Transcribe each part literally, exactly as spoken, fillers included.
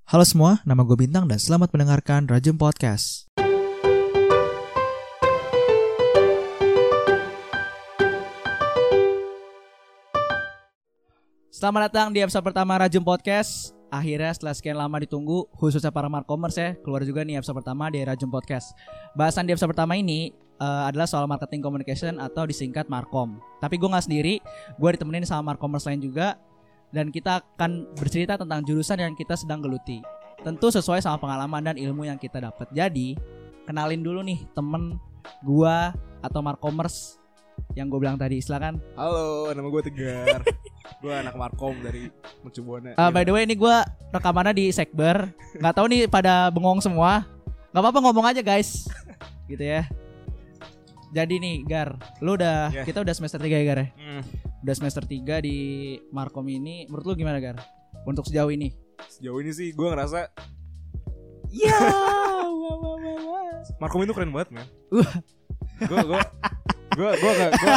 Halo semua, nama gue Bintang dan selamat mendengarkan Rajem Podcast. Selamat datang di episode pertama Rajem Podcast. Akhirnya setelah sekian lama ditunggu, khususnya para markomers ya, keluar juga nih episode pertama di Rajem Podcast. Bahasan di episode pertama ini uh, adalah soal marketing communication atau disingkat Markom. Tapi gue gak sendiri, gue ditemenin sama markomers lain juga. Dan kita akan bercerita tentang jurusan yang kita sedang geluti. Tentu sesuai sama pengalaman dan ilmu yang kita dapat. Jadi, kenalin dulu nih temen gua atau markomers yang gue bilang tadi. Silakan. Halo, nama gue Tegar. Gue anak Markom dari Mercubuana. Uh, by the way, ini gue rekamannya di Sekber. Gak tahu nih pada bengong semua. Gak apa-apa ngomong aja guys. Gitu ya. Jadi nih Gar, lu udah yeah. Kita udah semester tiga ya Gar ya? Mm. Udah semester tiga di Markom ini. Menurut lu gimana Gar? Untuk sejauh ini? Sejauh ini sih gue ngerasa ya Markom itu keren banget man. Gue gue gue gue gak gue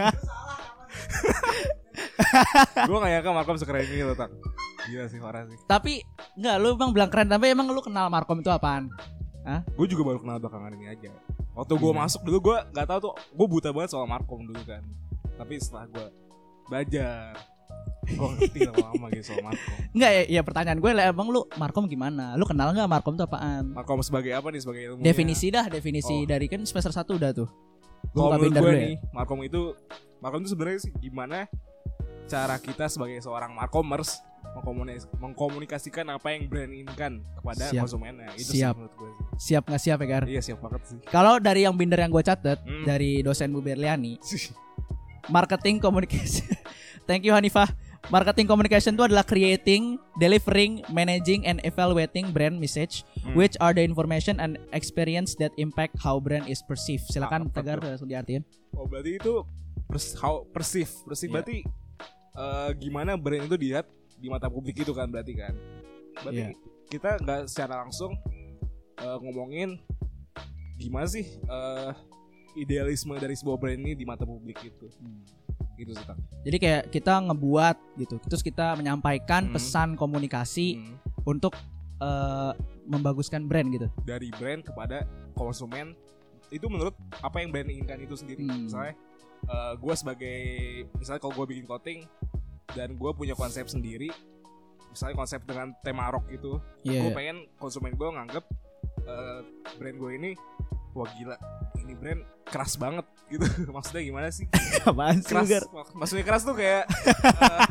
gue gak nyangka Markom sekeren ini loh tak. Gila sih parah sih. Tapi enggak, lu emang bilang keren. Tapi emang lu kenal Markom itu apaan? Hah? Gue juga baru kenal belakangan ini aja. Waktu gue hmm. masuk dulu gue gak tahu tuh, gue buta banget soal Markom dulu kan. Tapi setelah gue belajar, gue ngerti lama-lama gitu soal Markom. Enggak ya, ya pertanyaan gue lah, emang lu Markom gimana? Lu kenal gak Markom itu apaan? Markom sebagai apa nih, sebagai ilmunya? Definisi dah, definisi oh. Dari kan semester satu udah tuh. Kalau menurut gue nih, ya? Markom itu Markom itu sebenarnya sih gimana cara kita sebagai seorang markomers mengkomunikasikan apa yang brand inginkan kepada siap. Konsumennya. Itu siap. Sih menurut gue sih. Siap gak siap ya Gar? Iya siap banget sih. Kalau dari yang binder yang gue catet hmm. dari dosen Bu Berliani, marketing communication. Thank you Hanifah. Marketing communication itu adalah creating, delivering, managing, and evaluating brand message, hmm. which are the information and experience that impact how brand is perceived. Silakan ah, Tegar langsung diartiin. Oh berarti itu pers- how perceive, perceive yeah. berarti uh, gimana brand itu dilihat di mata publik itu kan berarti kan. Berarti yeah. kita nggak secara langsung uh, ngomongin gimana sih uh, idealisme dari sebuah brand ini di mata publik itu. Hmm. Gitu sih tak. Jadi kayak kita ngebuat gitu, terus kita menyampaikan hmm. pesan komunikasi hmm. untuk uh, membaguskan brand gitu. Dari brand kepada konsumen itu menurut apa yang brand inginkan itu sendiri. Hmm. Misalnya uh, gue sebagai misalnya kalau gue bikin clothing dan gue punya konsep sendiri, misalnya konsep dengan tema rock gitu, yeah. gue pengen konsumen gue nganggep uh, brand gue ini wah gila, ini brand keras banget gitu. Maksudnya gimana sih? Apaan sih? Keras, mak- maksudnya keras tuh kayak uh,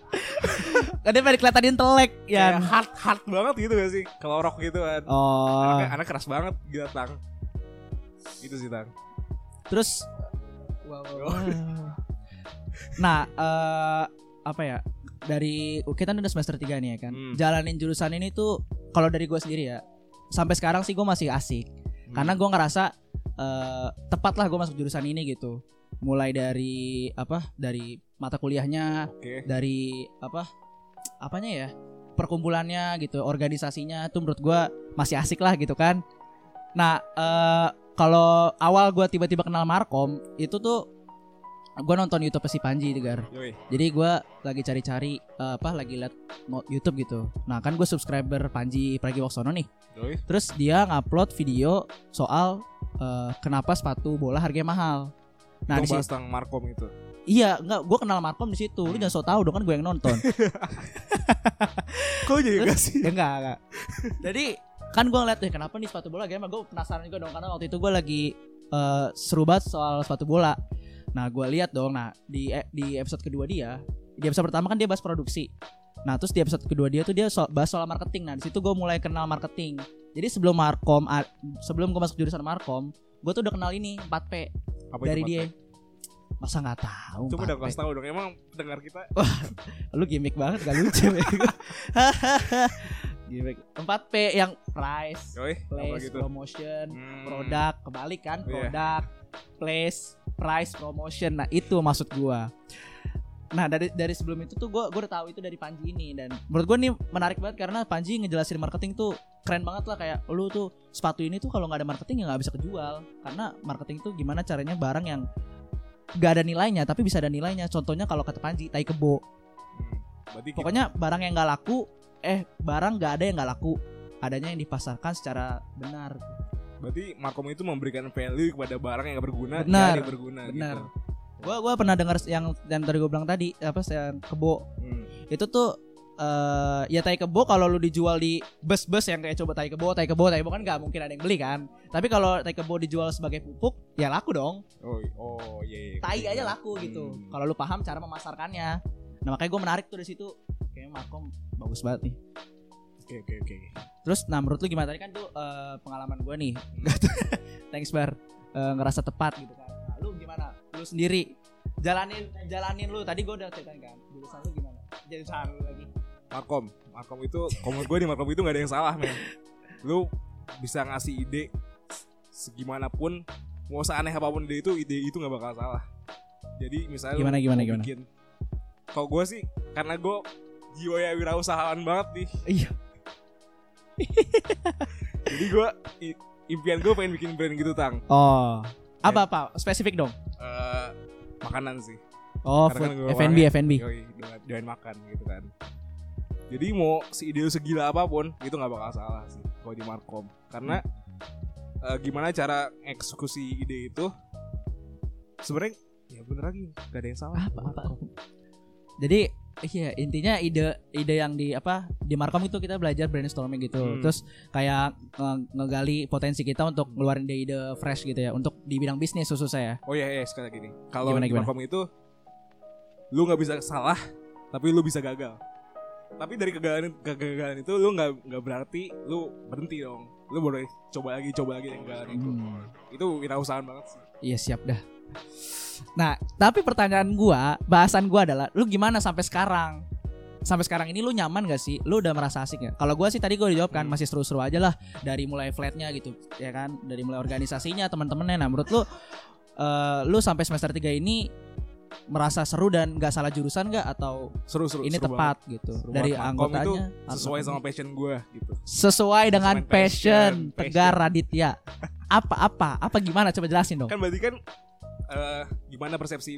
kan dia pengen kelihatan intelek ya, hard hard banget gitu gak sih? Kalau rock gitu kan. Oh. Anaknya, anak keras banget gitu Tang. Gitu sih Tang. Terus wow, wow, wow. Nah, uh, apa ya? Dari kita udah semester tiga nih ya kan. Hmm. Jalanin jurusan ini tuh kalau dari gue sendiri ya, sampai sekarang sih gue masih asik. Hmm. Karena gue ngerasa uh, tepat lah gue masuk jurusan ini gitu. Mulai dari apa? Dari mata kuliahnya, okay. dari apa? Apanya ya? Perkumpulannya gitu, organisasinya tuh menurut gue masih asik lah gitu kan. Nah, uh, kalau awal gue tiba-tiba kenal Markom itu tuh gue nonton YouTube si Panji Tegar. Jadi gue lagi cari-cari uh, apa lagi liat YouTube gitu. Nah kan gue subscriber Panji Pragiwaksono nih. Yoi. Terus dia ngupload video soal uh, kenapa sepatu bola harganya mahal. Nah, itu bahas tentang Markom itu. Iya, enggak, gue kenal Markom di situ. Lu jangan so tau dong, kan gue yang nonton. Kok jadi gak sih? Ya enggak, enggak. Jadi kan gue ngeliat deh kenapa nih sepatu bola harganya mahal. Gue penasaran juga dong karena waktu itu gue lagi uh, seru banget soal sepatu bola. Nah gue lihat dong, nah di di episode kedua dia, di episode pertama kan dia bahas produksi. Nah terus di episode kedua dia tuh dia so, bahas soal marketing. Nah di situ gue mulai kenal marketing. Jadi sebelum Markom, sebelum gue masuk jurusan Markom, gue tuh udah kenal ini empat P apa dari dia. Masa nggak tahu? Coba udah kasih tahu dong, emang pendengar kita. Wah, lu gimmick banget, gak lucu. Gimmick empat P yang price, Yoi, place, gitu? Promotion, hmm. produk, kebalik kan, produk, yeah. place, price, promotion. Nah itu maksud gue. Nah dari dari sebelum itu tuh gue gue udah tahu itu dari Panji ini, dan menurut gue nih menarik banget karena Panji ngejelasin marketing tuh keren banget lah. Kayak lu tuh sepatu ini tuh kalau nggak ada marketing ya nggak bisa kejual, karena marketing tuh gimana caranya barang yang nggak ada nilainya tapi bisa ada nilainya. Contohnya kalau kata Panji tai kebo. Hmm, pokoknya barang yang nggak laku eh barang nggak ada yang nggak laku, adanya yang dipasarkan secara benar. Berarti Markom itu memberikan value kepada barang yang berguna, benar, yang berguna. Benar. Gitu. Gua gua pernah dengar yang yang tadi gue bilang tadi apa yang kebo. Hmm. Itu tuh uh, ya tai kebo kalau lu dijual di bus-bus yang kayak coba tai kebo, tai kebo, tai kebo kan nggak mungkin ada yang beli kan. Tapi kalau tai kebo dijual sebagai pupuk, ya laku dong. Oh, oh iya. iya. Tai aja laku gitu. Hmm. Kalau lu paham cara memasarkannya. Nah makanya gue menarik tuh di situ. Kayaknya Markom bagus banget nih. Oke oke oke. Terus nah menurut lu gimana tadi kan tuh uh, pengalaman gue nih. Thanks Bar. Uh, ngerasa tepat gitu kan. Nah, lu gimana? Lu sendiri jalanin jalanin lu tadi gue udah ceritain kan. Jurusan lu gimana? Jurusan lu lagi. Markom. Markom itu komod gue di Markom itu enggak ada yang salah, men. Lu bisa ngasih ide segimanapun, mau seaneh apapun ide itu, ide itu enggak bakal salah. Jadi misalnya gimana lu gimana gimana. Bikin, kalau gue sih karena gue jiwa wirausahaan banget nih. Iya. Jadi gue impian gue pengen bikin brand gitu Tang. Oh. Apa-apa? Spesifik dong. Uh, makanan sih. Oh, food, kan F and B, F and B. Yoi, doain makan gitu kan. Jadi mau si ide segila apapun itu nggak bakal salah sih kalau di Markom. Karena hmm. uh, gimana cara eksekusi ide itu sebenarnya ya bener lagi nggak ada yang salah. Apa-apa? Jadi iya intinya ide ide yang di apa di Markom itu kita belajar brainstorming gitu. Hmm. Terus kayak nge- ngegali potensi kita untuk ngeluarin ide-ide fresh gitu ya untuk di bidang bisnis khusus saya. Oh iya iya sekali lagi nih. Kalau di Markom itu lu nggak bisa salah tapi lu bisa gagal. Tapi dari kegagalan kegagalan itu lu nggak nggak berarti lu berhenti dong. Lu boleh coba lagi coba lagi yang kegagalan itu. Hmm. Itu wirausahaan banget sih. Iya siap dah. Nah, tapi pertanyaan gua, bahasan gua adalah lu gimana sampai sekarang? Sampai sekarang ini lu nyaman gak sih? Lu udah merasa asik gak? Kalau gua sih tadi gua dijawab kan masih seru-seru aja lah dari mulai flatnya gitu, ya kan? Dari mulai organisasinya, teman-temannya. Nah, menurut lu uh, lu sampai semester tiga ini merasa seru dan gak salah jurusan gak atau seru-seru ini seru tepat banget. gitu seru dari banget. anggotanya sesuai sama passion gua gitu. Sesuai dengan sesuai passion, passion Tegar Raditya. Apa-apa? Apa gimana coba jelasin dong. Kan berarti kan Uh, gimana persepsi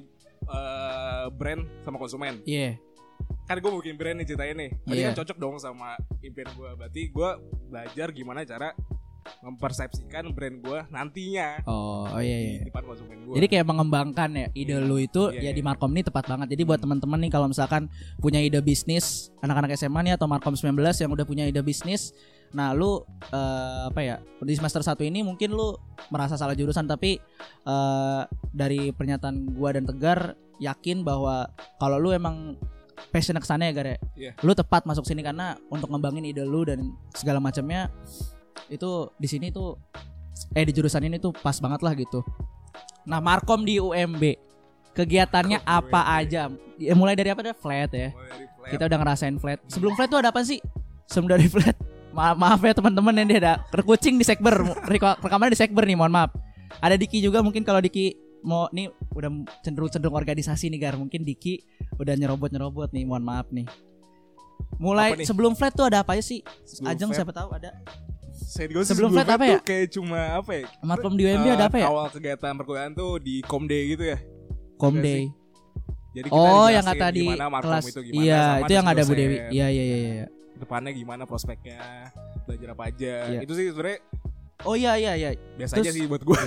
uh, brand sama konsumen? Iya. Yeah. Kan gue mau bikin brand nih ceritain nih. Berarti yeah. kan cocok dong sama impian gue. Berarti gue belajar gimana cara mempersepsikan brand gue nantinya. Oh, oh iya iya. Di depan konsumen gue. Jadi kayak mengembangkan ya ide hmm. lu itu yeah, ya yeah. Di Markom ini tepat banget. Jadi buat hmm. teman-teman nih kalau misalkan punya ide bisnis, anak-anak S M A nih atau Markom sembilan belas yang udah punya ide bisnis. Nah lu uh, apa ya di semester satu ini mungkin lu merasa salah jurusan tapi uh, dari pernyataan gua dan Tegar yakin bahwa kalau lu emang passion kesana ya Gar ya yeah. Lu tepat masuk sini karena untuk ngembangin ide lu dan segala macamnya itu di sini tuh eh di jurusan ini tuh pas banget lah gitu. Nah Markom di U M B kegiatannya Kok apa U M B. Aja ya, mulai dari apa deh flat ya dari flat. Kita udah ngerasain flat. Sebelum flat tuh ada apa sih? Sebelum dari flat Ma- maaf ya teman-teman yang dia ada terkucing di sekber rekamannya di sekber nih mohon maaf. Ada Diki juga mungkin kalau Diki mau nih udah cenderung-cenderung organisasi nih Gar mungkin Diki udah nyerobot-nyerobot nih mohon maaf nih. Mulai sebelum flat tuh ada apa aja sih? Sebelum Ajeng flat, siapa tahu ada. Sebelum, sebelum flat, flat apa ya? Kayak cuma apa ya? Markom di U M B uh, ada apa ya? Awal kegiatan perkuliahan tuh di Komday gitu ya. Komday. Jadi kita oh yang kata di kelas itu gimana, iya itu yang ada Bu Dewi. Iya iya iya iya. Depannya gimana prospeknya, belajar apa aja. Iya. Itu sih sebenarnya. Oh iya iya iya. Biasa Terus... aja sih buat gue.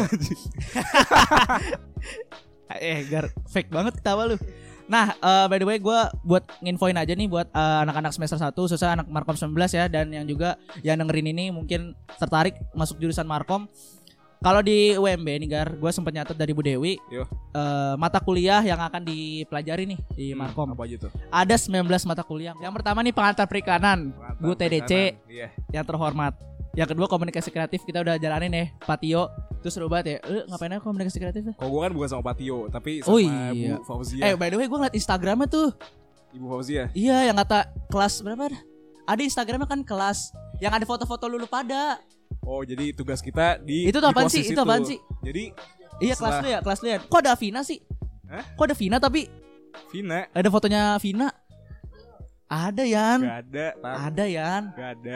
eh Gar fake banget ketawa lu. Nah uh, by the way gue buat nginfoin aja nih buat uh, anak-anak semester satu khususnya anak Markom sembilan belas ya. Dan yang juga yang dengerin ini mungkin tertarik masuk jurusan Markom. Kalau di U M B nih Gar, gue sempat nyatet dari Bu Dewi uh, mata kuliah yang akan dipelajari nih di Markom. Hmm, apa aja tuh? Ada sembilan belas mata kuliah. Yang pertama nih pengantar perikanan, Bu T D C yeah. Yang terhormat. Yang kedua komunikasi kreatif kita udah jalanin ya, Patio. Terus seru banget ya. Eh ngapain aja komunikasi kreatif ya? Kok gue kan bukan sama Patio, tapi sama oh, iya. Bu Fauzia. Eh by the way gue ngeliat Instagramnya tuh. Ibu Fauzia? Iya yang kata kelas berapa ada? Ada Instagramnya kan kelas yang ada foto-foto lulu pada. Oh jadi tugas kita di itu apaan sih? Itu apaan sih? Jadi iya kelas lu ya, kelas lu ya. Kok ada Vina sih? Hah? Kok ada Vina tapi? Vina? Ada fotonya Vina? Ada Yan? Gak ada. Tam. Ada Yan? Gak ada.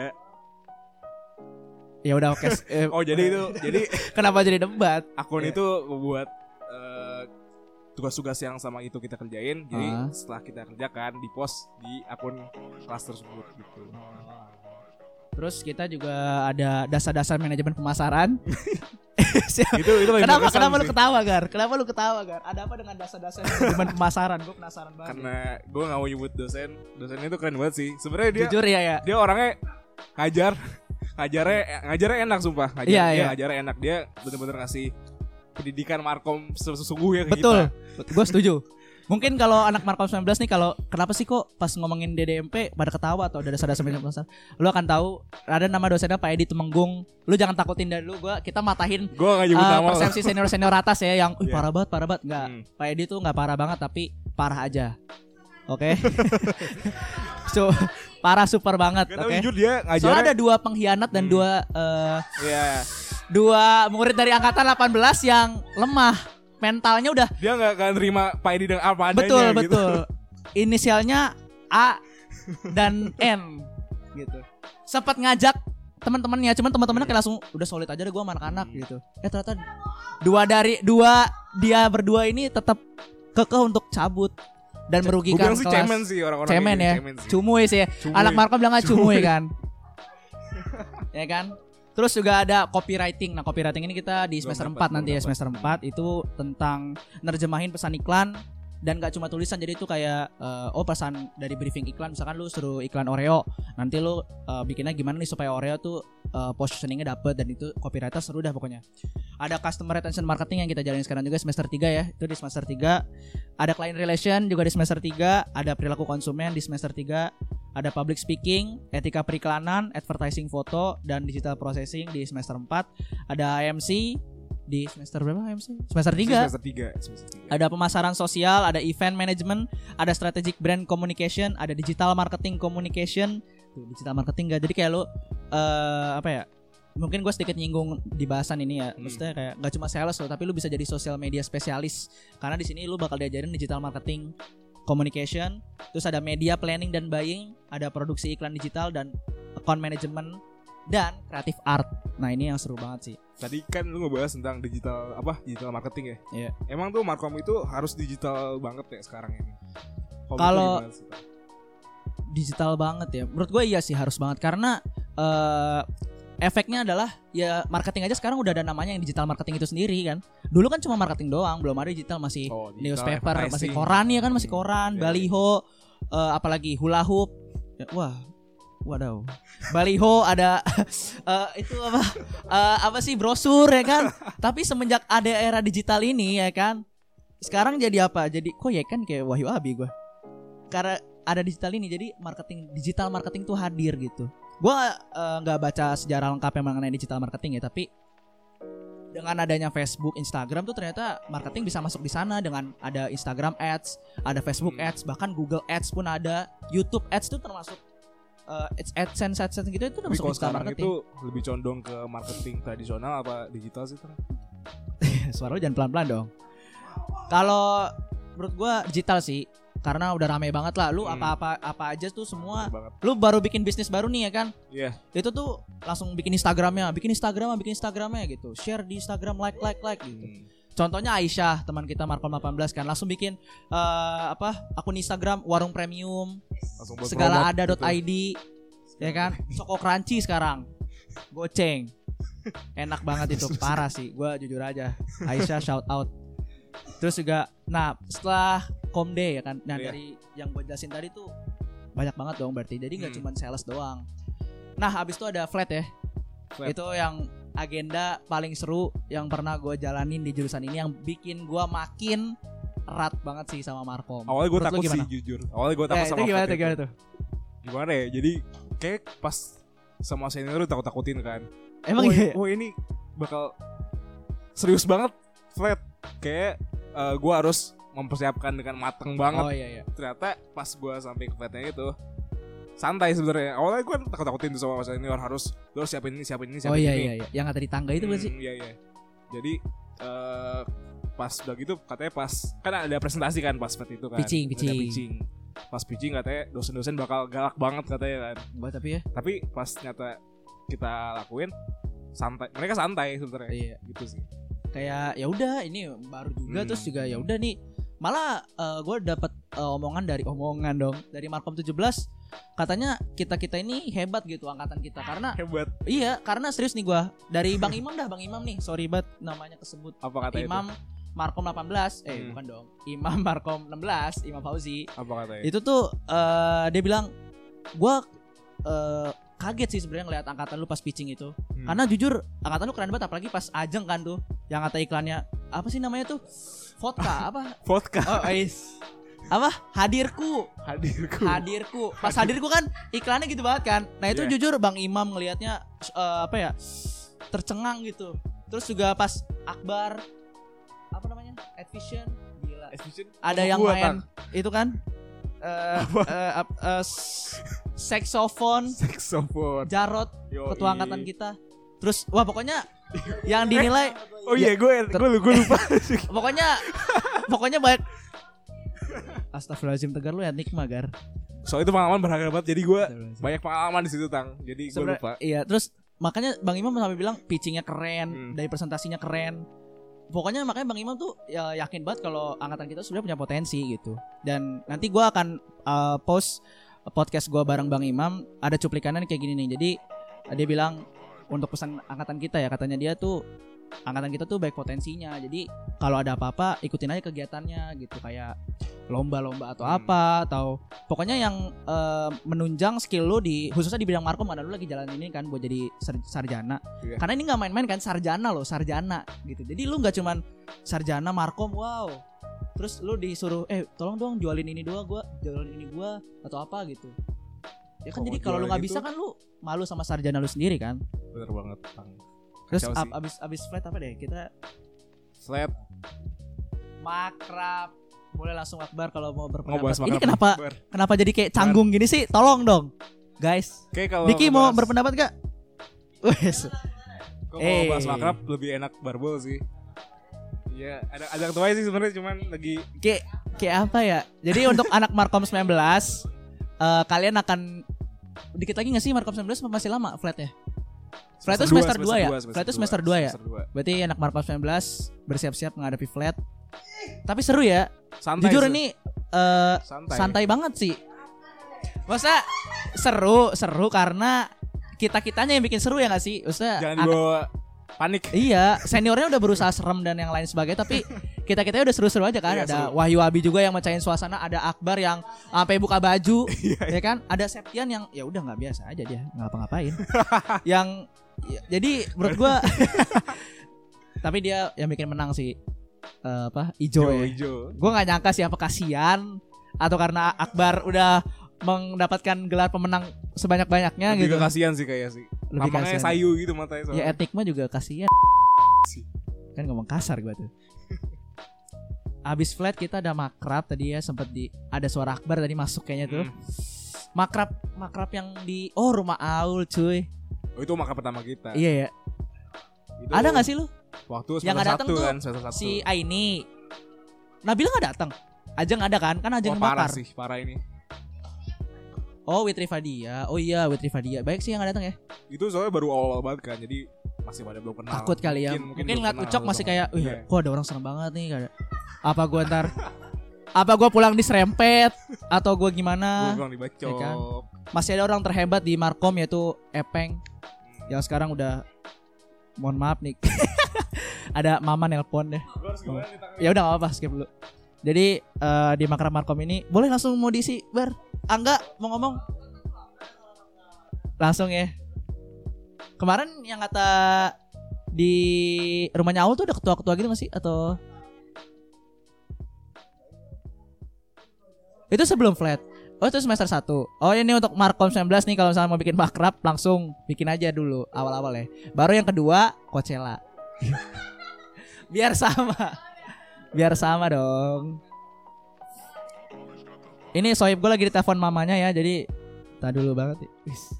Ya udah oke. Okay. Oh jadi itu, jadi kenapa jadi debat? Akun yeah. itu buat uh, tugas-tugas yang sama itu kita kerjain. Jadi uh. setelah kita kerjakan di post di akun kelas tersebut gitu. Terus kita juga ada dasar-dasar manajemen pemasaran. itu itu kenapa kenapa sih. lu ketawa Gar? Kenapa lu ketawa Gar? Ada apa dengan dasar-dasar manajemen pemasaran? Gue penasaran banget. Karena gue nggak mau nyebut dosen. Dosennya itu keren banget sih. Sebenarnya dia jujur ya ya. Dia orangnya ngajar, ngajarnya ngajarnya enak sumpah. Ngajar, iya, dia iya. ngajarnya enak. Dia bener-bener ngasih pendidikan Markom sesungguhnya ke betul. kita. Gue setuju. Mungkin kalau anak Markom sembilan belas nih, kalau kenapa sih kok pas ngomongin D D M P pada ketawa atau ada dasar-dasar manajemen pemasaran, lu akan tahu ada nama dosennya Pak Edi Temenggung. Lu jangan takutin dari dulu, gua kita matahin gua gak nyebut uh, nama persepsi senior-senior atas ya yang yeah. parah banget, parah banget. Enggak. Hmm. Pak Edi tuh enggak parah banget tapi parah aja. Oke. Okay? So, parah super banget. Oke. Okay? Soalnya ada dua pengkhianat dan hmm. dua uh, yeah. dua murid dari angkatan delapan belas yang lemah. Mentalnya udah dia nggak akan terima Pak Edi dengan apa adanya. Betul gitu. betul. Inisialnya A dan N gitu. Sempat ngajak teman-temannya, cuman teman-temannya kayak langsung udah solid aja deh gue sama anak-anak hmm. gitu. Eh ternyata dua dari dua dia berdua ini tetap kekeh untuk cabut dan C- merugikan kelas. Cemen sih orang-orang cemen ini, ya. Cemen sih. Cumuy sih ya. Cumuy. Anak Markom bilang cumuy kan. Ya kan? Terus juga ada copywriting. Nah, copywriting ini kita di semester empat nanti ya, semester empat itu tentang nerjemahin pesan iklan dan gak cuma tulisan. Jadi itu kayak uh, oh pesan dari briefing iklan, misalkan lu suruh iklan Oreo, nanti lu uh, bikinnya gimana nih supaya Oreo tuh uh, positioningnya dapet, dan itu copywriter seru dah pokoknya. Ada customer retention marketing yang kita jalanin sekarang juga semester tiga ya. Itu di semester tiga. Ada client relation juga di semester tiga, ada perilaku konsumen di semester tiga. Ada public speaking, etika periklanan, advertising foto, dan digital processing di semester empat. Ada I M C di semester berapa I M C? Semester tiga. Semester tiga. Semester tiga. Ada pemasaran sosial, ada event management, ada strategic brand communication, ada digital marketing communication. Tuh, digital marketing gak? Jadi kayak lu uh, apa ya? Mungkin gue sedikit nyinggung di bahasan ini ya. Maksudnya kayak gak cuma sales loh, tapi lu bisa jadi social media spesialis. Karena di sini lu bakal diajarin digital marketing communication, terus ada media planning dan buying, ada produksi iklan digital dan account management dan creative art. Nah, ini yang seru banget sih. Tadi kan lu ngebahas tentang digital apa? Digital marketing ya? Iya. Yeah. Emang tuh Markom itu harus digital banget ya sekarang ini? Kalau digital banget ya, menurut gue iya sih harus banget karena uh, efeknya adalah ya marketing aja sekarang udah ada namanya yang digital marketing itu sendiri kan. Dulu kan cuma marketing doang, belum ada digital, masih oh, digital newspaper, masih koran ya kan, masih koran, hmm. baliho, uh, apalagi hula hoop. Ya, wah, wadaw. Baliho ada uh, itu apa? Uh, apa sih brosur ya kan? Tapi semenjak ada era digital ini ya kan, sekarang jadi apa? Jadi kok ya kan kayak Wahyu Abi gue. Karena ada digital ini, jadi marketing digital marketing tuh hadir gitu. Gue nggak uh, baca sejarah lengkap yang mengenai digital marketing ya, tapi dengan adanya Facebook, Instagram tuh ternyata marketing bisa masuk di sana dengan ada Instagram Ads, ada Facebook hmm. Ads, bahkan Google Ads pun ada, YouTube Ads tuh termasuk uh, AdSense, AdSense gitu itu termasuk digital marketing. Itu lebih condong ke marketing tradisional apa digital sih? Suara lu jangan pelan-pelan dong. Kalau menurut gue digital sih. Karena udah rame banget lah. Lu hmm. apa-apa apa aja tuh semua. Lu baru bikin bisnis baru nih ya kan. Iya yeah. Itu tuh langsung bikin Instagramnya. Bikin Instagram Bikin Instagramnya gitu. Share di Instagram, like like like gitu. hmm. Contohnya Aisyah, teman kita Markom delapan belas kan, langsung bikin uh, apa akun Instagram warung premium segala ada gitu. .id ya kan. Soko Crunchy sekarang goceng. Enak banget itu. Parah sih. Gue jujur aja, Aisyah shout out. Terus juga nah setelah Komde ya kan. Nah yeah. dari yang gue jelasin tadi tuh banyak banget dong berarti. Jadi gak hmm. cuma sales doang. Nah abis itu ada flat ya. Flat. Itu yang agenda paling seru yang pernah gue jalanin di jurusan ini, yang bikin gue makin erat banget sih sama Markom. Awalnya gue takut sih jujur. Awalnya gue takut eh, sama itu gimana, flat itu. Gimana tuh? Gimana ya? Jadi kayak pas sama senior tuh takut-takutin kan. Emang oh, iya? Oh ini bakal serius banget flat. Kayak uh, gue harus mempersiapkan dengan mateng banget. Oh iya iya. Ternyata pas gue sampai ke flatnya itu santai sebenarnya. Awalnya gue takut-takutin tuh sama senior, harus lu harus siapin ini, siapin ini, siapin ini. Oh iya ini. iya iya. Yang ada di tangga itu hmm, sih? Iya iya. Jadi uh, pas udah gitu katanya pas kan ada presentasi kan pas flat itu kan. Pitching, pitching. Ada pitching. Pas pitching katanya dosen-dosen bakal galak banget katanya kan. Bah, tapi ya. Tapi pas nyata kita lakuin santai. Mereka santai sebenarnya. Iya. Gitu sih. Kayak ya udah ini baru juga hmm. terus juga ya udah nih Malah uh, gue dapet uh, omongan dari omongan dong dari Markom tujuh belas, katanya kita-kita ini hebat gitu angkatan kita karena hebat. Iya, karena serius nih gue dari Bang Imam dah, Bang Imam nih, sorry banget namanya kesebut. Apa kata Imam itu? Markom delapan belas, eh hmm. bukan dong, Imam Markom enam belas, Imam Fauzi. Apa katanya? Itu tuh uh, dia bilang, gue uh, kaget sih sebenarnya ngeliat angkatan lu pas pitching itu, hmm. karena jujur angkatan lu keren banget, apalagi pas Ajeng kan tuh, yang kata iklannya apa sih namanya tuh, vodka apa? Vodka. Oh, is. Apa? Hadirku. Hadirku. Hadirku. Pas hadirku kan iklannya gitu banget kan. Nah itu yeah. jujur Bang Imam ngelihatnya uh, apa ya? Tercengang gitu. Terus juga pas Akbar apa namanya? Advision. Gila. Advision. Ada yang main tak? Itu kan uh, uh, uh, uh, saxophone. Saxophone. Jarot ketua angkatan kita. Terus wah pokoknya yang dinilai oh iya gue gue gue lupa. Pokoknya pokoknya banyak. Astagfirullahaladzim, Tegar lu ya nikma Gar. So itu pengalaman berharga banget. Jadi gue banyak pengalaman di situ Tang. Jadi gue lupa. Iya, terus makanya Bang Imam sampai bilang pitchingnya keren, hmm. dari presentasinya keren. Pokoknya makanya Bang Imam tuh ya, yakin banget kalau angkatan kita sudah punya potensi gitu. Dan nanti gue akan uh, post podcast gue bareng Bang Imam. Ada cuplikannya kayak gini nih. Jadi dia bilang untuk pesan angkatan kita ya, katanya dia tuh angkatan kita tuh baik potensinya. Jadi kalau ada apa-apa ikutin aja kegiatannya gitu, kayak lomba-lomba atau hmm. apa, atau pokoknya yang uh, menunjang skill lu di khususnya di bidang Markom, karena lu lagi jalan ini kan buat jadi sar- sarjana. Yeah. Karena ini nggak main-main kan, sarjana loh, sarjana gitu. Jadi lu nggak cuman sarjana Markom, wow. Terus lu disuruh eh tolong dong jualin ini dua gua, jualin ini gua atau apa gitu. Ya kan, oh, jadi kalau lu nggak bisa kan lu malu sama sarjana lu sendiri kan. Bener banget, Bang. Terus ab, abis abis flat apa deh kita? Flat. Makrab. Boleh langsung Akbar kalau mau berpendapat. Mau ini kenapa Akbar. Kenapa jadi kayak canggung gini sih? Tolong dong, guys. Diki mau berpendapat gak? Wes. Kok mau bahas makrab lebih enak barbel sih. Iya, ada ada ketua sih sebenarnya, cuman lagi kayak kayak apa ya? Jadi untuk anak Markom sembilan belas uh, kalian akan dikit lagi enggak sih Markom sembilan belas masih lama flatnya? Flat itu semester dua ya? Flat itu semester dua ya? Berarti anak Markom sembilan belas bersiap-siap menghadapi flat. Tapi seru ya. Santai, jujur ini uh, santai. santai banget sih. Masa seru, seru karena kita-kitanya yang bikin seru ya gak sih? Maksudnya jangan bawa panik. Iya, seniornya udah berusaha serem dan yang lain sebagainya, tapi kita-kitanya udah seru-seru aja kan. Iya, ada seru. Wahyu Abi juga yang mecahin suasana, ada Akbar yang sampai buka baju, ya kan? Ada Septian yang ya udah nggak biasa aja dia, nggak ngapa-ngapain. yang ya, jadi menurut gua tapi dia yang bikin menang sih. Uh, apa Ijo ya. Gue nggak nyangka sih, apa kasihan atau karena Akbar udah mendapatkan gelar pemenang sebanyak-banyaknya lebih gitu. Lebih kasihan sih kayak sih. Namanya sayu gitu matanya. Ya Etikma juga kasihan. Kan ngomong kasar gue tuh. Abis flat kita ada makrab tadi ya, sempat di ada suara Akbar tadi masuk kayaknya tuh. Hmm. Makrab makrab yang di oh rumah Aul cuy. Oh itu makrab pertama kita. Iya ya. Itu ada nggak sih lu? Waktu yang nggak datang tuh kan, si Aini, Nabila nggak datang, Ajeng ada kan? Kan Ajeng oh, parah bakar. Sih, parah ini. Oh Witri Fadia, oh iya Witri Fadia, baik sih yang nggak datang ya. Itu soalnya baru awal banget kan, jadi masih pada belum kenal. Takut kali ya, mungkin, mungkin ngeliat Ucok masih kayak, wih, yeah. Kok ada orang serem banget nih, kayak apa gue ntar, apa gue pulang diserempet atau gue gimana? Gue pulang dibacok. Ya kan? Masih ada orang terhebat di Markom yaitu Epeng, hmm. yang sekarang udah, mohon maaf nih. Ada mama nelpon deh. Oh. Ya udah enggak apa-apa, skip dulu. Jadi uh, di Makrab Markom ini boleh langsung mau diisi bar. Angga mau ngomong. Langsung ya. Kemarin yang kata di rumahnya Aul tuh ada ketua-ketua gitu enggak sih atau itu sebelum flat? Oh itu semester satu. Oh ini untuk Markom sembilan belas nih, kalau misalnya mau bikin makrab langsung bikin aja dulu awal-awal ya. Baru yang kedua Coachella. Biar sama. Biar sama dong. Ini Soib gue lagi ditelepon mamanya ya, jadi tak dulu banget. Wis.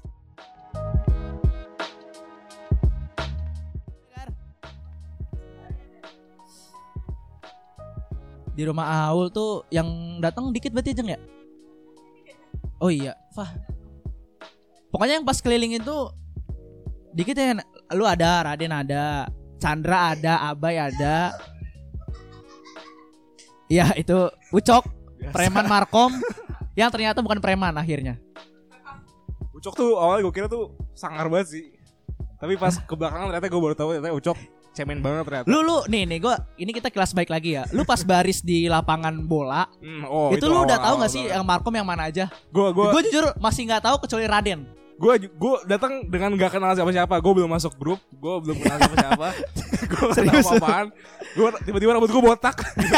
Di rumah Aul tuh yang datang dikit berarti Jeng ya? Oh iya, Fah. Pokoknya yang pas keliling itu dikit ya. Lu ada, Raden ada, Chandra ada, Abai ada. Iya itu Ucok, preman Markom yang ternyata bukan preman akhirnya. Ucok tuh awalnya gue kira tuh sangar banget sih. Tapi pas ke belakang ternyata gue baru tahu ternyata Ucok cemen banget ternyata. Lu lu nih nih gue ini kita kelas baik lagi ya. Lu pas baris di lapangan bola, hmm, oh, itu, itu lu udah tahu nggak sih yang Markom yang mana aja? Gue gue gue jujur masih nggak tahu kecuali Raden. Gue gue datang dengan nggak kenal siapa siapa. Gue belum masuk grup, gue belum kenal siapa siapa. Gue nggak tahu apa-apaan. Gue tiba-tiba rambut gue botak.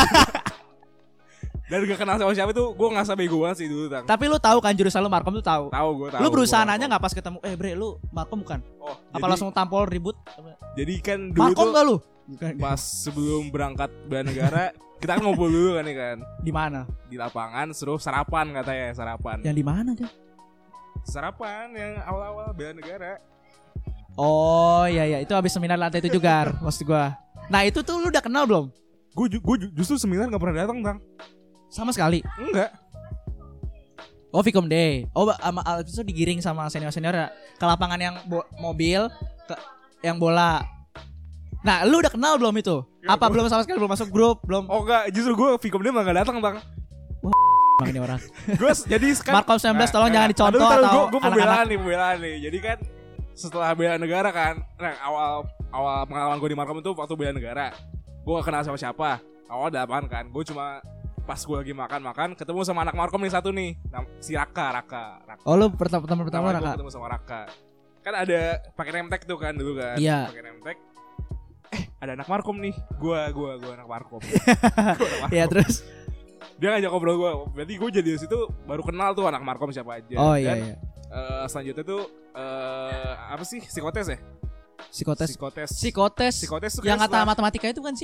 Dan gak kenal siapa siapa itu gue ngerasa bego banget sih dulu tang. Tapi lu tahu kan jurusan lu Markom tuh tahu. Tahu gue tahu. Lu berusaha nanya nggak pas ketemu? Eh bre lu Markom bukan? Oh, apa jadi, langsung tampol ribut? Jadi kan dulu Markom tuh gak lu? Pas sebelum berangkat bela negara kita kan ngobrol dulu kan nih kan. Di mana? Di lapangan suruh sarapan katanya sarapan. Yang di mana aja? Sarapan yang awal-awal bela negara. Oh iya iya itu habis seminar lantai tujuh Gar maksud gue. Nah itu tuh lu udah kenal belum? Gue gue justru seminar nggak pernah datang tang. Sama sekali? Enggak. Oh Vicom Day. Oh sama itu digiring sama senior-senior ya, ke lapangan yang bo- mobil ke yang bola. Nah, lu udah kenal belum itu? Ya, apa gua... belum sama sekali belum masuk grup, belum? Oh enggak, justru gue Vicom Day malah enggak datang, Bang. Wah, Bang ini orang. Gue jadi kan Markom sembilan belas nah, tolong nah, jangan dicontoh aduh, atau gue gue pembelaan nih, pembelaan nih. Jadi kan setelah bela negara kan, nah awal awal pengalaman gue di Markom itu waktu bela negara. Gue gak kenal siapa-siapa. Awal delapan kan, gue cuma pas gue lagi makan-makan ketemu sama anak Markom nih satu nih, si Raka, Raka, Raka. Oh lu pertama pertama pertama Raka. Ketemu sama Raka. Kan ada pakai nemtek tuh kan dulu kan. Iya. Pakai nemtek. Eh, ada anak Markom nih. Gua gua gua anak Markom. Iya terus dia ngajak ngobrol gue. Berarti gue jadi di situ baru kenal tuh anak Markom siapa aja. Oh iya. Dan, iya. Uh, selanjutnya tuh uh, apa sih psikotes ya? Psikotes. Psikotes. Psikotes. Psikotes yang kata matematika itu kan sih?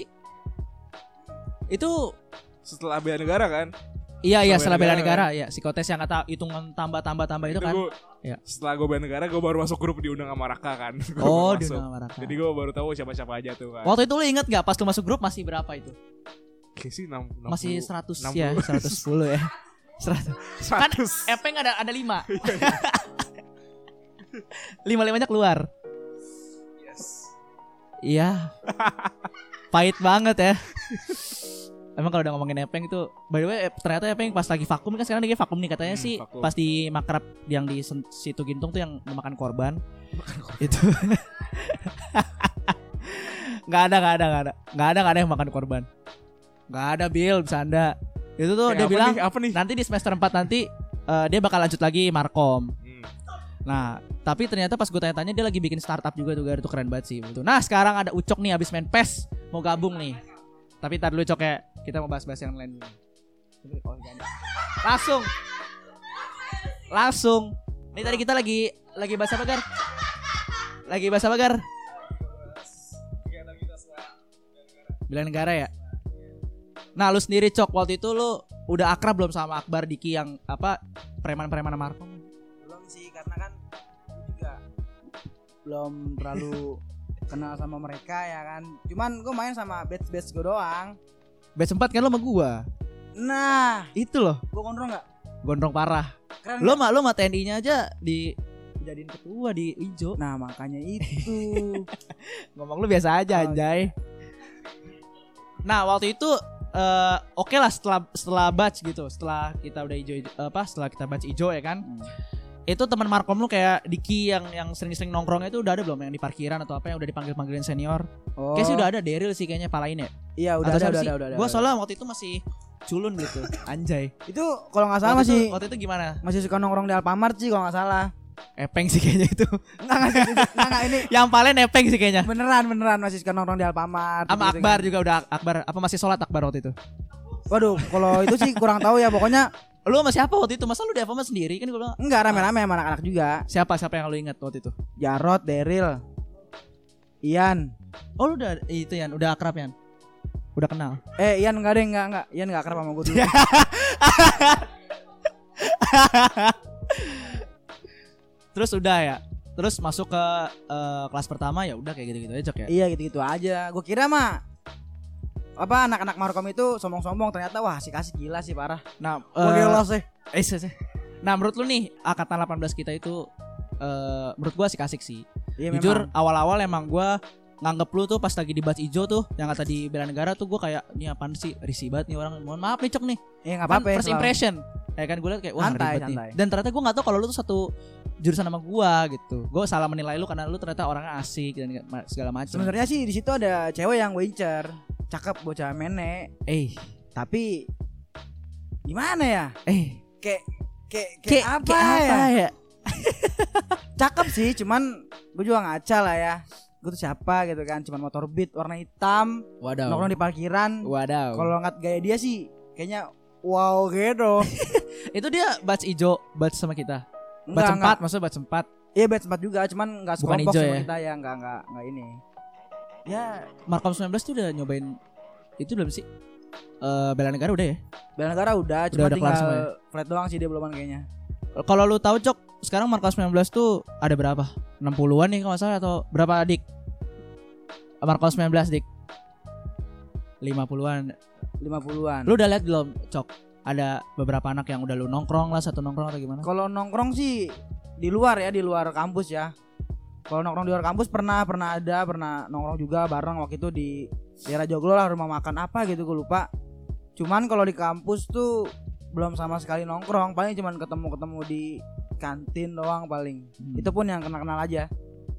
Itu setelah bela negara kan? Iya iya setelah bela negara, negara ya psikotes yang kata hitungan tambah tambah tambah itu, itu kan. Gua, ya. Setelah gue bela negara gue baru masuk grup diundang sama Raka kan. Oh diundang sama Raka. Jadi gue baru tahu siapa-siapa aja tuh kan. Waktu itu lu inget gak pas lu masuk grup masih berapa itu? Kayak sih enam puluh, masih seratus enam puluh. Ya seratus sepuluh ya. seratus. Kan Epeng ada ada lima. Lima-limanya keluar. Yes. Iya. Pahit banget ya. Emang kalau udah ngomongin Epeng itu, by the way ternyata Epeng pas lagi vakum kan sekarang lagi vakum nih katanya hmm, sih vakum. Pas di Makrab yang di situ Gintung tuh yang memakan korban. Makan korban. Itu. Gak ada gak ada gak ada gak ada gak ada yang makan korban. Gak ada Bill bercanda. Itu tuh eh, dia bilang nih, apa nih? Nanti di semester empat nanti uh, dia bakal lanjut lagi Markom. Hmm. Nah tapi ternyata pas gue tanya-tanya dia lagi bikin startup juga tuh Gar, itu keren banget sih. Nah sekarang ada Ucok nih abis main P E S mau gabung nih. Tapi tar dulu Cok ya, kita mau bahas-bahas yang lain dulu. Langsung. Langsung. Nih tadi kita lagi lagi bahas apa Gar? Lagi bahas apa Gar? Bela negara ya. Nah lu sendiri Cok, waktu itu lu udah akrab belum sama Akbar Diki yang apa preman-preman Markom? Belum sih karena kan juga belum terlalu kenal sama mereka ya kan. Cuman gue main sama batch-batch gue doang. Batch empat kan lo sama gue. Nah itu loh. Gue gondrong gak? Gondrong parah. Keren lo mah lo mah T N I-nya aja di jadiin ketua di Ijo. Nah makanya itu. Ngomong lu biasa aja oh, anjay. Nah waktu itu uh, oke okay lah setelah setelah batch gitu. Setelah kita udah Ijo apa setelah kita batch Ijo ya kan. Hmm. Itu teman Markom lu kayak Diki yang yang sering-sering nongkrongnya itu udah ada belum yang di parkiran atau apa yang udah dipanggil-panggilin senior? Oh. Kayaknya sih udah ada Daryl sih kayaknya palain ya. Iya udah ada, udah, ada, udah ada. Gua soalnya waktu itu masih culun gitu. Anjay. Itu kalau enggak salah waktu masih itu, waktu itu gimana? Masih suka nongkrong di Alfamart sih kalau enggak salah. Epeng sih kayaknya itu. Enggak enggak enggak ini. Yang paling Epeng sih kayaknya. Beneran beneran masih suka nongkrong di Alfamart. Sama gitu, Akbar kan. Juga udah Akbar apa masih sholat Akbar waktu itu? Waduh, kalau itu sih kurang tahu ya pokoknya. Lu sama siapa waktu itu? Masa lu di Alfamart sendiri kan gue bilang? Enggak, rame-rame sama anak-anak juga. Siapa siapa yang lu ingat waktu itu? Jarod, Daryl, Ian. Oh lu udah itu Ian, udah akrab Ian? Udah kenal? Eh Ian enggak deh, enggak enggak. Ian enggak akrab sama gue dulu. Terus udah ya. Terus masuk ke uh, kelas pertama ya udah kayak gitu-gitu aja Cok ya. Iya gitu-gitu aja. Gue kira mah apa anak-anak Markom itu sombong-sombong, ternyata wah si kasih gila sih parah. Nah, gue gila sih. Eh, sih. Nah, menurut lu nih angkatan delapan belas kita itu uh, menurut gua sih kasih sih. Iya, jujur memang. Awal-awal emang gua nganggep lu tuh pas lagi di batch ijo tuh yang kata di bela negara tuh gue kayak ini apaan sih risih banget nih orang, mohon maaf nih Cok nih. Ya nggak apa-apa. Kan first impression ya kan gue liat kayak wah santai, ribet santai. nih. Dan ternyata gue nggak tahu kalau lu tuh satu jurusan sama gue gitu. Gue salah menilai lu karena lu ternyata orangnya asik dan segala macam. Sebenarnya sih di situ ada cewek yang gue incer, cakep bocah menek. Eh tapi gimana ya? Eh kayak kayak kayak kayak apa, kayak ya? apa ya? Cakep sih, cuman gue juga ngaca lah ya. Gue tuh siapa gitu kan, cuman motor Beat warna hitam, Wadaw. nongkrong di parkiran. Wadaw. Kalau ngeliat gaya dia sih kayaknya wow gitu. Itu dia batch ijo, batch sama kita. Enggak, Batch enggak. empat, maksudnya batch empat. Iya batch empat juga, cuman enggak Bukan sekelompok hijau sama ya? kita ya, enggak enggak enggak ini. Ya, Markom sembilan belas tuh udah nyobain itu belum sih? Eh bela negara udah ya? bela negara udah, Udah- cuma udah kelar tinggal semua ya? flat doang sih dia beluman kayaknya. Kalau lu tahu Cok, sekarang Markom sembilan belas tuh ada berapa? enam puluhan nih kalau nggak salah atau berapa Dik? Markom sembilan belas Dik. lima puluhan. lima puluhan. Lu udah lihat belum Cok? Ada beberapa anak yang udah lu nongkrong lah, satu nongkrong atau gimana? Kalau nongkrong sih di luar ya, di luar kampus ya. Kalau nongkrong di luar kampus pernah pernah ada, pernah nongkrong juga bareng waktu itu di daerah Joglo lah, rumah makan apa gitu gue lupa. Cuman kalau di kampus tuh belum sama sekali nongkrong, paling cuman ketemu-ketemu di kantin doang paling. Hmm. Itu pun yang kenal-kenal aja.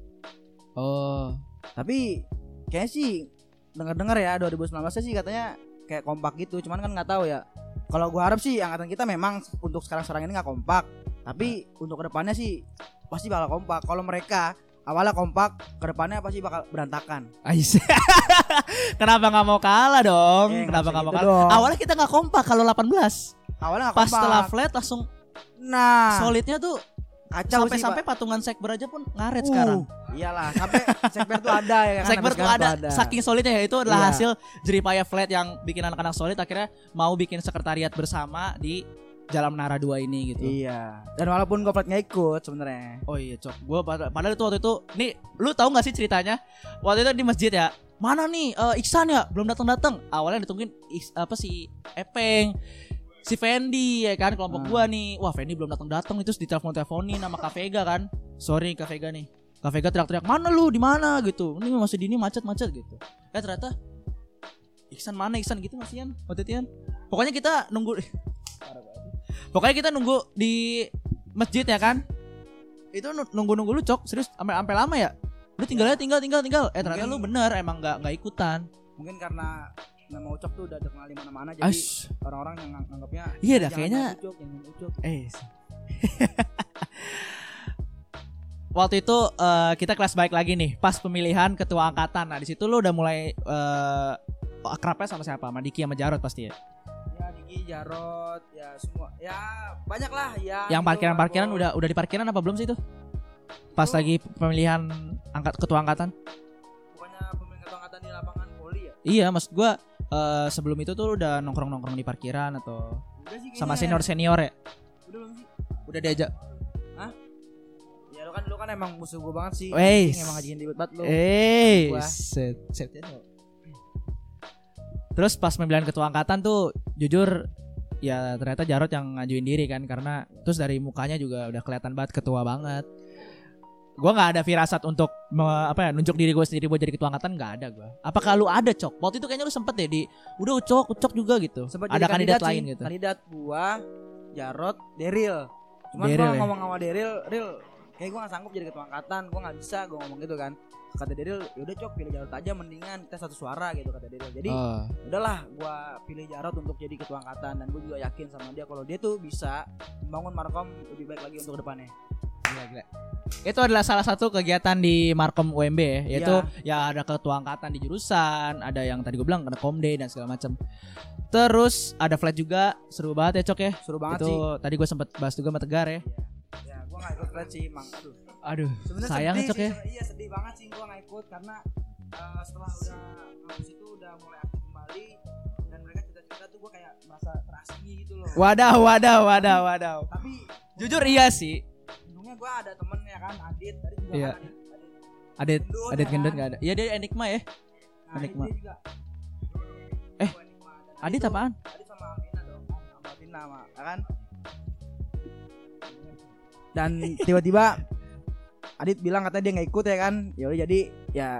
Oh, Tapi kayaknya sih dengar-dengar ya dua ribu sembilan belas sih katanya kayak kompak gitu. Cuman kan nggak tahu ya. Kalau gua harap sih angkatan kita memang untuk sekarang-sekarang ini nggak kompak. Tapi nah. untuk kedepannya sih pasti bakal kompak. Kalau mereka awalnya kompak, kedepannya pasti bakal berantakan. Ais. Kenapa nggak mau kalah dong? Eh, Kenapa nggak gitu mau kalah? dong. Awalnya kita nggak kompak kalau delapan belas. Awalnya nggak Pas kompak. setelah flat langsung Nah, solidnya tuh kacau sih, sampai-sampai Pak. patungan sekber aja pun ngaret Uh, sekarang. Iyalah, sampai sekber tuh ada ya kan. Sekber sampai tuh sekarang ada, saking solidnya ya, itu adalah Iya. hasil jeripaya flat yang bikin anak-anak solid akhirnya mau bikin sekretariat bersama di Jalan Menara dua ini gitu. Iya. Dan walaupun gue flat nggak ikut sebenarnya. Oh iya Cok, gue pad- padahal itu waktu itu, nih lu tahu nggak sih ceritanya? Waktu itu di masjid ya, mana nih uh, Iksan ya belum datang-datang. Awalnya ditungguin Iks, apa si Epeng, si Fendi ya kan, kelompok Hmm. gua nih. Wah Fendi belum datang-datang, itu ditelepon-teleponin sama Kak Vega kan. Sorry Kak Vega nih. Kak Vega teriak-teriak, mana lu, di mana gitu. Ini masih di ini macet-macet gitu. Eh ternyata Iksan mana Iksan gitu masihan waktu itu kan. Pokoknya kita nunggu. Pokoknya kita nunggu di masjid ya kan. Itu nunggu-nunggu lu Cok, serius sampai sampai lama ya. Lu tinggalnya tinggal tinggal tinggal. Eh ternyata Mungkin- lu bener emang nggak nggak ikutan. Mungkin karena nama Ucok tuh udah terkenal di mana-mana, jadi Ash. orang-orang yang ngang- nganggapnya Iya dah jangan kayaknya. Ucok, jangan Ucok. Eh. Waktu itu eh, kita kelas baik lagi nih, pas pemilihan ketua angkatan. Nah di situ lu udah mulai eh, akrabnya sama siapa? Sama Diki sama Jarot pasti ya. Ya Diki, Jarot, ya semua, ya banyak lah ya. Yang gitu, parkiran-parkiran Marco. udah udah di parkiran apa belum sih itu? Pas Itu- lagi pemilihan angkat ketua angkatan. Bukannya pemilihan ketua angkatan di lapangan poli ya? Iya, maksud gua eh, sebelum itu tuh lu udah nongkrong-nongkrong di parkiran atau Udah sih sama kayaknya. senior-senior ya? Udah belum sih? Udah diajak. Ya lu kan lu kan emang musuh gue banget sih. Weis. Anjing, emang ngajakin ribet banget lu. Eh, Gua. set, set. Terus pas pemilihan ketua angkatan tuh jujur ya ternyata Jarot yang ngajuin diri kan, karena terus dari mukanya juga udah kelihatan banget ketua banget. Gua nggak ada firasat untuk me- apa ya nunjuk diri gue sendiri buat jadi ketua angkatan, nggak ada gua. Apakah lu ada Cok? Waktu itu kayaknya lu sempet deh di udah Ucok, Ucok juga gitu. Sempet Ada jadi kandidat sih. lain gitu. Kandidat gua, Jarot, Deril. Cuman Deril gua ya? ngomong sama Deril, Ril, kayak gua gak sanggup jadi ketua angkatan, gua gak bisa, gua ngomong gitu kan. Kata Deril, yaudah Cok pilih Jarot aja, mendingan kita satu suara gitu kata Deril. Jadi Oh. udahlah gua pilih Jarot untuk jadi ketua angkatan, dan gua juga yakin sama dia kalau dia tuh bisa membangun Markom lebih baik lagi untuk kedepannya. Gila, gila. Itu adalah salah satu kegiatan di Markom U M B ya, yaitu ya ada ketua angkatan di jurusan, ada yang tadi gue bilang ada komde dan segala macam. Terus ada flat juga, seru banget ya Cok ya. Seru banget Itu sih. tadi gue sempet bahas juga sama Tegar ya. Ya gua gak ikut flat sih, emang aduh. Aduh, Sebenarnya sayang sedih Cok sih, ya. se- Iya sedih banget sih gua gak ikut karena uh, setelah udah kampus itu udah mulai aktif kembali dan mereka cerita-cerita tuh gua kayak merasa terasingi gitu loh. Wadah, wadah, wadah, wadah. Tapi Jujur iya sih. untungnya gua ada temen ya kan, Adit tadi juga Iya. kan Adit, Adit. Adit, Gendut, Adit ya gendut kan? nggak ada. Iya dia Enigma ya. Nah, Enigma. dia juga. Eh, Gua Enigma. Dan Adit tuh- apaan? Adit sama Alvina dong, sama Alvina sama, ya kan? Dan tiba-tiba Adit bilang katanya dia nggak ikut ya kan, ya udah jadi ya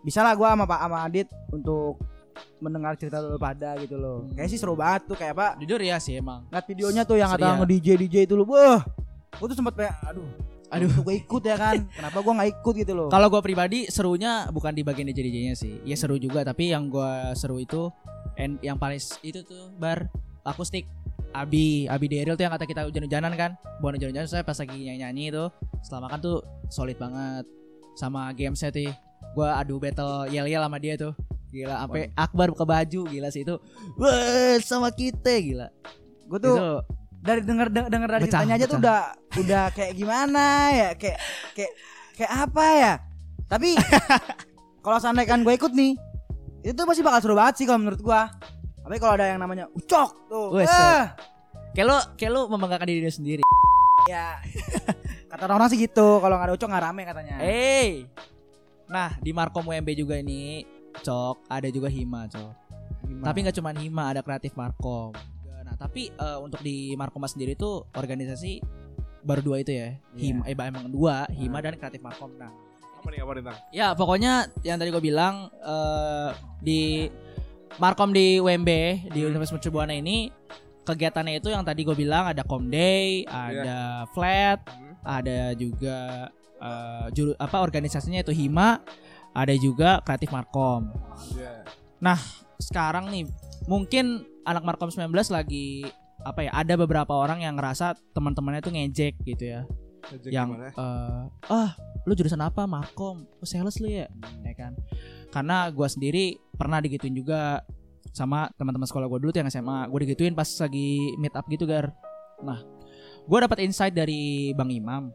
bisa lah gue sama Pak sama Adit untuk mendengar cerita lu pada gitu loh. Hmm. Kayak sih seru banget tuh kayak Pak. Jujur ya sih emang. Lihat videonya tuh yang ada nge-D J D J itu lu. Wah. Gue tuh sempat kayak aduh. Aduh, gue ikut ya kan. Kenapa gue enggak ikut gitu loh. Kalau gue pribadi serunya bukan di bagian D J D J-nya sih. Ya seru juga, tapi yang gue seru itu and yang paling itu tuh bar akustik. Abi, Abi Daryl tuh yang kata kita hujan-hujanan kan. Bukan hujan-hujanan, saya pas lagi nyanyi-nyanyi itu setelah makan tuh solid banget. Sama gamesnya tuh. Gue adu battle yel-yel sama dia tuh. Gila, sampai Akbar buka baju, gila sih itu. Wah, sama kita gila. Gue tuh itu, dari denger denger dari becah, ceritanya aja becah. tuh udah udah kayak gimana ya, kayak kayak kayak apa ya. Tapi kalau seandainya kan gue ikut nih, itu tuh pasti bakal seru banget sih kalau menurut gue. Tapi kalau ada yang namanya ucok tuh, Wes, eh. kayak lo kayak lo membanggakan diri dia sendiri. Ya, kata orang-orang sih gitu. Kalau nggak ada ucok nggak rame katanya. Hey, nah di Markom U M B juga ini, Cok, ada juga Hima, Cok. Gimana? Tapi nggak cuma Hima, ada kreatif Markom. Nah, tapi uh, untuk di Markom sendiri tuh organisasi baru dua itu ya. Hima, yeah. eh emang dua, Hima nah. dan kreatif Markom. Nah, apa nih apa nih Tang? Ya pokoknya yang tadi gue bilang uh, di Markom di U M B di Universitas Mercu Buana ini kegiatannya itu yang tadi gue bilang ada Comday, ada yeah. Flat, hmm. ada juga uh, juru, apa organisasinya itu Hima, ada juga kreatif Markom. Yeah. Nah sekarang nih mungkin anak Markom sembilan belas lagi apa ya, ada beberapa orang yang ngerasa teman-temannya tuh ngejek gitu ya. Ngejek yang uh, ah lu jurusan apa Markom, lu sales lu ya, hmm. ya kan? Karena gue sendiri pernah digituin juga sama teman-teman sekolah gue dulu tuh yang S M A, gue digituin pas lagi meet up gitu Gar. Nah, gue dapat insight dari Bang Imam.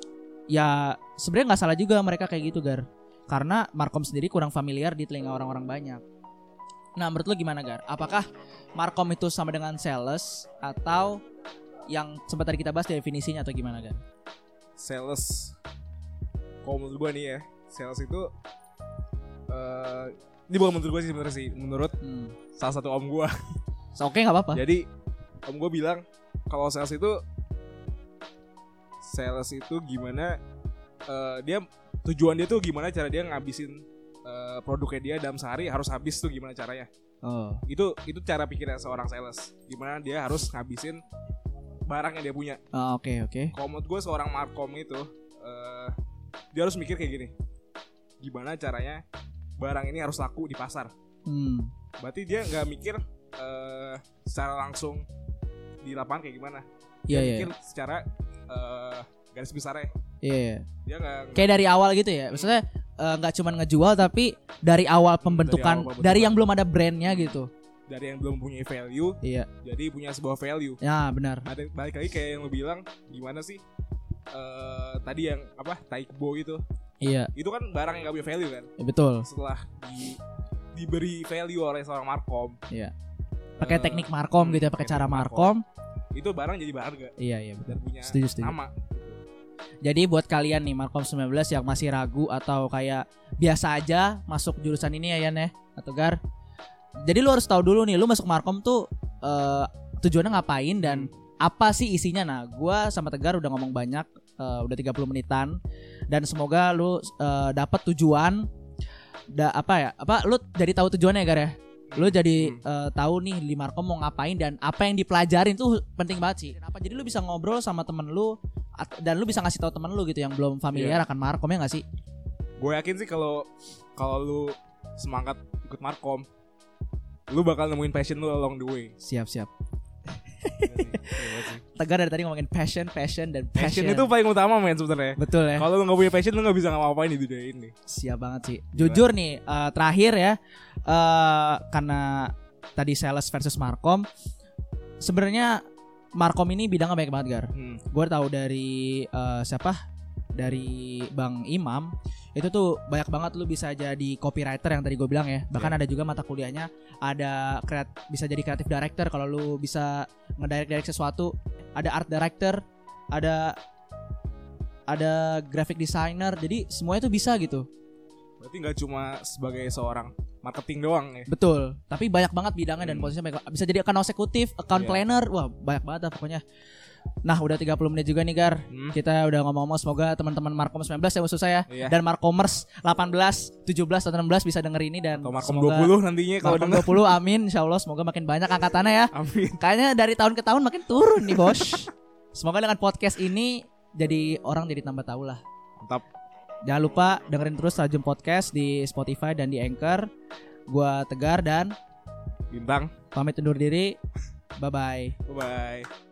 Ya sebenarnya nggak salah juga mereka kayak gitu Gar, karena Markom sendiri kurang familiar di telinga orang-orang banyak. Nah menurut lu gimana Gar? Apakah Markom itu sama dengan sales atau yang sempat tadi kita bahas definisinya atau gimana Gar? Sales, kalau menurut gue nih ya, sales itu uh, ini bukan menurut gue sih sebenarnya sih, menurut hmm. salah satu om gue. So, Oke okay, nggak apa-apa. Jadi om gue bilang kalau sales itu sales itu gimana uh, dia tujuan dia tuh gimana cara dia ngabisin uh, produknya dia dalam sehari harus habis tuh gimana caranya. Oh. Itu itu cara pikirnya seorang sales. Gimana dia harus ngabisin barang yang dia punya. Oke oh, oke. Okay, okay. Kalau menurut gue seorang Markom itu uh, dia harus mikir kayak gini. Gimana caranya barang ini harus laku di pasar. Hmm. Berarti dia nggak mikir uh, secara langsung di lapangan kayak gimana. Dia yeah, mikir yeah. secara uh, garis besarnya. Iya. Yeah, yeah. Dia nggak kayak dari awal gitu ya. Maksudnya nggak uh, cuma ngejual tapi dari awal pembentukan, dari, awal pembentukan dari yang belum ada brandnya gitu. Dari yang belum punya value, iya. Jadi punya sebuah value. Ya benar. Ada balik lagi kayak yang lo bilang, gimana sih? Uh, tadi yang apa? Taekbo itu. Iya. Itu kan barang yang gak punya value kan? Ya, betul. Setelah di, diberi value oleh seorang Markom. Iya. Pakai uh, teknik Markom gitu ya, pakai cara Markom. Markom. Itu barang jadi berharga. Iya iya. Dan punya setuju, setuju. nama. Jadi buat kalian nih Markom sembilan belas yang masih ragu atau kayak biasa aja masuk jurusan ini ya Yan ya atau Gar. Jadi lu harus tahu dulu nih, lu masuk Markom tuh uh, tujuannya ngapain dan hmm. apa sih isinya. Nah, gua sama Tegar udah ngomong banyak, uh, udah tiga puluh menitan dan semoga lu uh, dapat tujuan da, apa ya? Apa lu jadi tahu tujuannya Gar ya? Lu jadi hmm. uh, tahu nih di Markom mau ngapain dan apa yang dipelajarin tuh penting banget sih. Kenapa? Jadi lu bisa ngobrol sama temen lu dan lu bisa ngasih tahu temen lu gitu yang belum familiar yeah. akan Markom ya nggak sih? Gue yakin sih kalau kalau lu semangat ikut Markom, lu bakal nemuin passion lu along the way. Siap siap. Tegar dari tadi ngomongin passion, passion dan passion. Passion itu paling utama men sebenarnya. Betul ya. Kalau lu nggak punya passion lu nggak bisa ngapa-ngapain di dunia ini. Siap banget sih. Jujur nih uh, terakhir ya, uh, karena tadi sales versus Markom, sebenarnya Markom ini bidangnya banyak banget Gar. Hmm. Gue tahu dari uh, siapa? Dari Bang Imam. Itu tuh banyak banget lu bisa jadi copywriter yang tadi gue bilang ya. Bahkan yeah. ada juga mata kuliahnya ada kreat, bisa jadi creative director kalau lu bisa ngedirect-direct sesuatu. Ada art director, ada ada graphic designer. Jadi semuanya tuh bisa gitu. Berarti nggak cuma sebagai seorang marketing doang ya. Betul. Tapi banyak banget bidangnya hmm. dan posisinya banyak. Bisa jadi account eksekutif, account yeah. planner. Wah, banyak banget lah pokoknya. Nah udah tiga puluh menit juga nih Gar. hmm. Kita udah ngomong-ngomong, semoga teman-teman Markom sembilan belas ya maksud saya iya. Dan Markomers delapan belas, tujuh belas, atau enam belas bisa denger ini. Dan atau Markom dua puluh nantinya kalau Markom dua puluh, amin. Insyaallah semoga makin banyak angkatannya ya. Amin. Kayaknya dari tahun ke tahun makin turun nih bos. Semoga dengan podcast ini jadi orang jadi tambah tahu lah. Mantap. Jangan lupa dengerin terus Rajum Podcast di Spotify dan di Anchor. Gua Tegar dan Bintang pamit undur diri. Bye bye. Bye bye.